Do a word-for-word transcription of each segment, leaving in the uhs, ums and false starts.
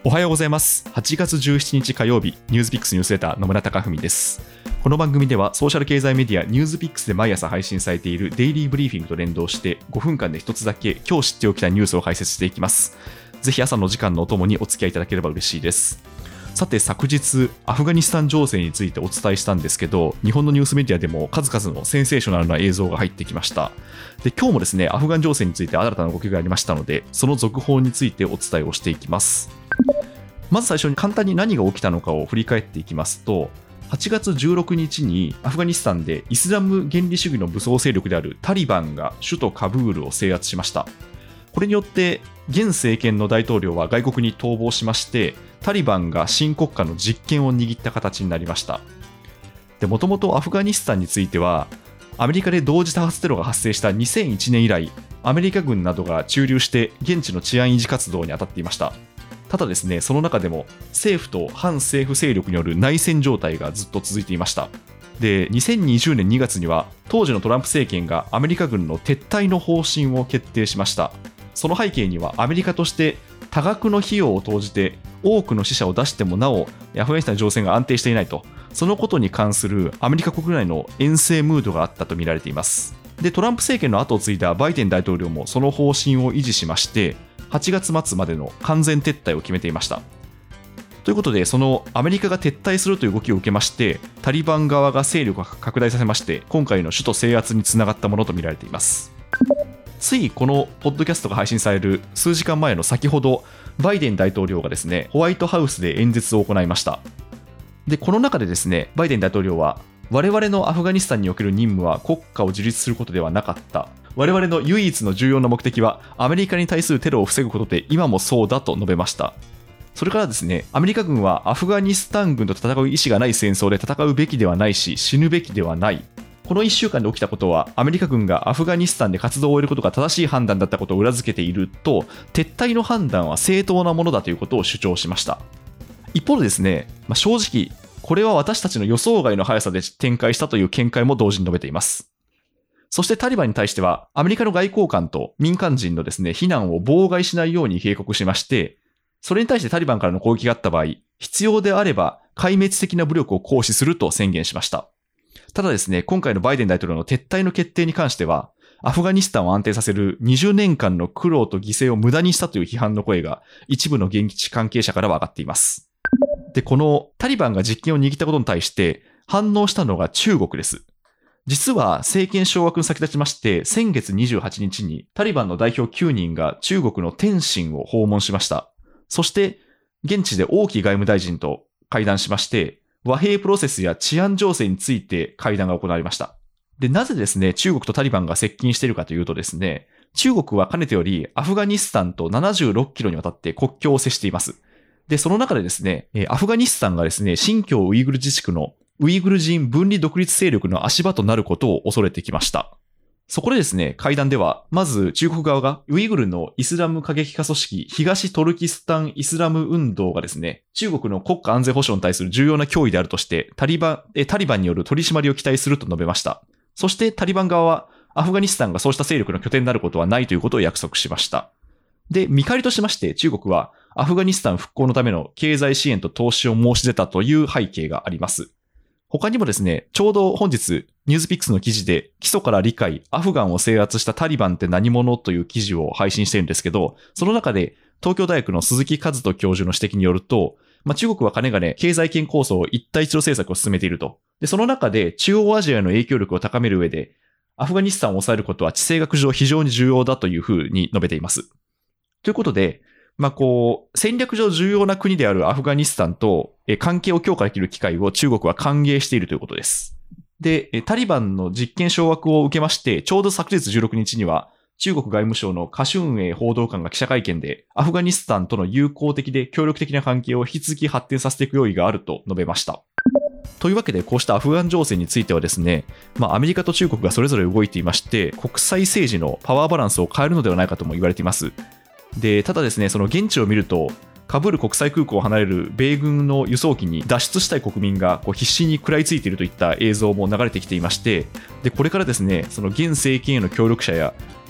おはようございます。はちがつじゅうしちにち火曜日、ニュースピックスニュースレター野村貴文です。この番組ではソーシャル経済メディアニュースピックスで毎朝配信されているデイリーブリーフィングと連動してごふんかんで一つだけ今日知っておきたいニュースを解説していきます。ぜひ朝の時間のおともにお付き合いいただければ嬉しいです。さて昨日アフガニスタン情勢についてお伝えしたんですけど、日本のニュースメディアでも数々のセンセーショナルな映像が入ってきました。で今日もですねアフガン情勢について新たな動きがありましたので、その続報についてお伝えをしていきます。まず最初に簡単に何が起きたのかを振り返っていきますと、はちがつじゅうろくにちにアフガニスタンでイスラム原理主義の武装勢力であるタリバンが首都カブールを制圧しました。これによって現政権の大統領は外国に逃亡しまして、タリバンが新国家の実権を握った形になりました。もともとアフガニスタンについてはアメリカで同時多発テロが発生したにせんいちねん以来、アメリカ軍などが駐留して現地の治安維持活動に当たっていました。ただですね、その中でも政府と反政府勢力による内戦状態がずっと続いていました。で、にせんにじゅうねんにがつには当時のトランプ政権がアメリカ軍の撤退の方針を決定しました。その背景にはアメリカとして多額の費用を投じて多くの死者を出してもなおアフガニスタンの情勢が安定していないと、そのことに関するアメリカ国内の厭世ムードがあったとみられています。で、トランプ政権の後を継いだバイデン大統領もその方針を維持しまして、はちがつまつまでの完全撤退を決めていました。ということで、そのアメリカが撤退するという動きを受けまして、タリバン側が勢力を拡大させまして、今回の首都制圧につながったものとみられています。ついこのポッドキャストが配信される数時間前の先ほど、バイデン大統領がですね、ホワイトハウスで演説を行いました。で、この中でですね、バイデン大統領は、我々のアフガニスタンにおける任務は国家を樹立することではなかった。我々の唯一の重要な目的はアメリカに対するテロを防ぐことで今もそうだと述べました。それからですね、アメリカ軍はアフガニスタン軍と戦う意思がない戦争で戦うべきではないし、死ぬべきではない。このいっしゅうかんで起きたことはアメリカ軍がアフガニスタンで活動を終えることが正しい判断だったことを裏付けていると、撤退の判断は正当なものだということを主張しました。一方でですね、まあ、正直これは私たちの予想外の速さで展開したという見解も同時に述べています。そしてタリバンに対してはアメリカの外交官と民間人のですね、避難を妨害しないように警告しまして、それに対してタリバンからの攻撃があった場合、必要であれば壊滅的な武力を行使すると宣言しました。ただですね、今回のバイデン大統領の撤退の決定に関しては、アフガニスタンを安定させるにじゅうねんかんの苦労と犠牲を無駄にしたという批判の声が一部の現地関係者からは上がっています。で、このタリバンが実権を握ったことに対して反応したのが中国です。実は政権掌握に先立ちまして、先月にじゅうはちにちにタリバンの代表きゅうにんが中国の天津を訪問しました。そして現地で王毅外務大臣と会談しまして、和平プロセスや治安情勢について会談が行われました。で、なぜですね、中国とタリバンが接近しているかというとですね、中国はかねてよりアフガニスタンとななじゅうろっキロにわたって国境を接しています。で、その中でですね、アフガニスタンがですね、新疆ウイグル自治区のウイグル人分離独立勢力の足場となることを恐れてきました。そこでですね、会談では、まず中国側がウイグルのイスラム過激派組織東トルキスタンイスラム運動がですね、中国の国家安全保障に対する重要な脅威であるとして、タリバン、えタリバンによる取り締まりを期待すると述べました。そしてタリバン側は、アフガニスタンがそうした勢力の拠点になることはないということを約束しました。で、見返りとしまして中国は、アフガニスタン復興のための経済支援と投資を申し出たという背景があります。他にもですね、ちょうど本日、ニュースピックスの記事で、基礎から理解、アフガンを制圧したタリバンって何者という記事を配信しているんですけど、その中で、東京大学の鈴木和人教授の指摘によると、まあ、中国はかねがね、経済圏構想一帯一路政策を進めていると。で、その中で、中央アジアへの影響力を高める上で、アフガニスタンを抑えることは地政学上非常に重要だというふうに述べています。ということで、まあ、こう、戦略上重要な国であるアフガニスタンと関係を強化できる機会を中国は歓迎しているということです。で、タリバンの実権掌握を受けまして、ちょうど昨日じゅうろくにちには、中国外務省の華春瑩報道官が記者会見で、アフガニスタンとの友好的で協力的な関係を引き続き発展させていく用意があると述べました。というわけで、こうしたアフガン情勢についてはですね、まあ、アメリカと中国がそれぞれ動いていまして、国際政治のパワーバランスを変えるのではないかとも言われています。で、ただですね、その現地を見ると、カブール国際空港を離れる米軍の輸送機に脱出したい国民がこう必死に食らいついているといった映像も流れてきていまして、でこれからですね、その現政権への協力者や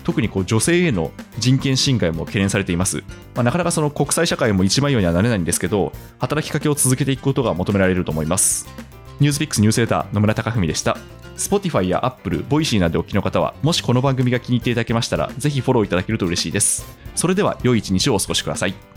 特にこう女性への人権侵害も懸念されています。まあ、なかなかその国際社会も一枚岩にはなれないんですけど、働きかけを続けていくことが求められると思います。ニュースピックスニュースレター野村貴文でした。 Spotify や Apple、ボイシー などでお聞きの方は、もしこの番組が気に入っていただけましたらぜひフォローいただけると嬉しいです。それでは良い一日をお過ごしください。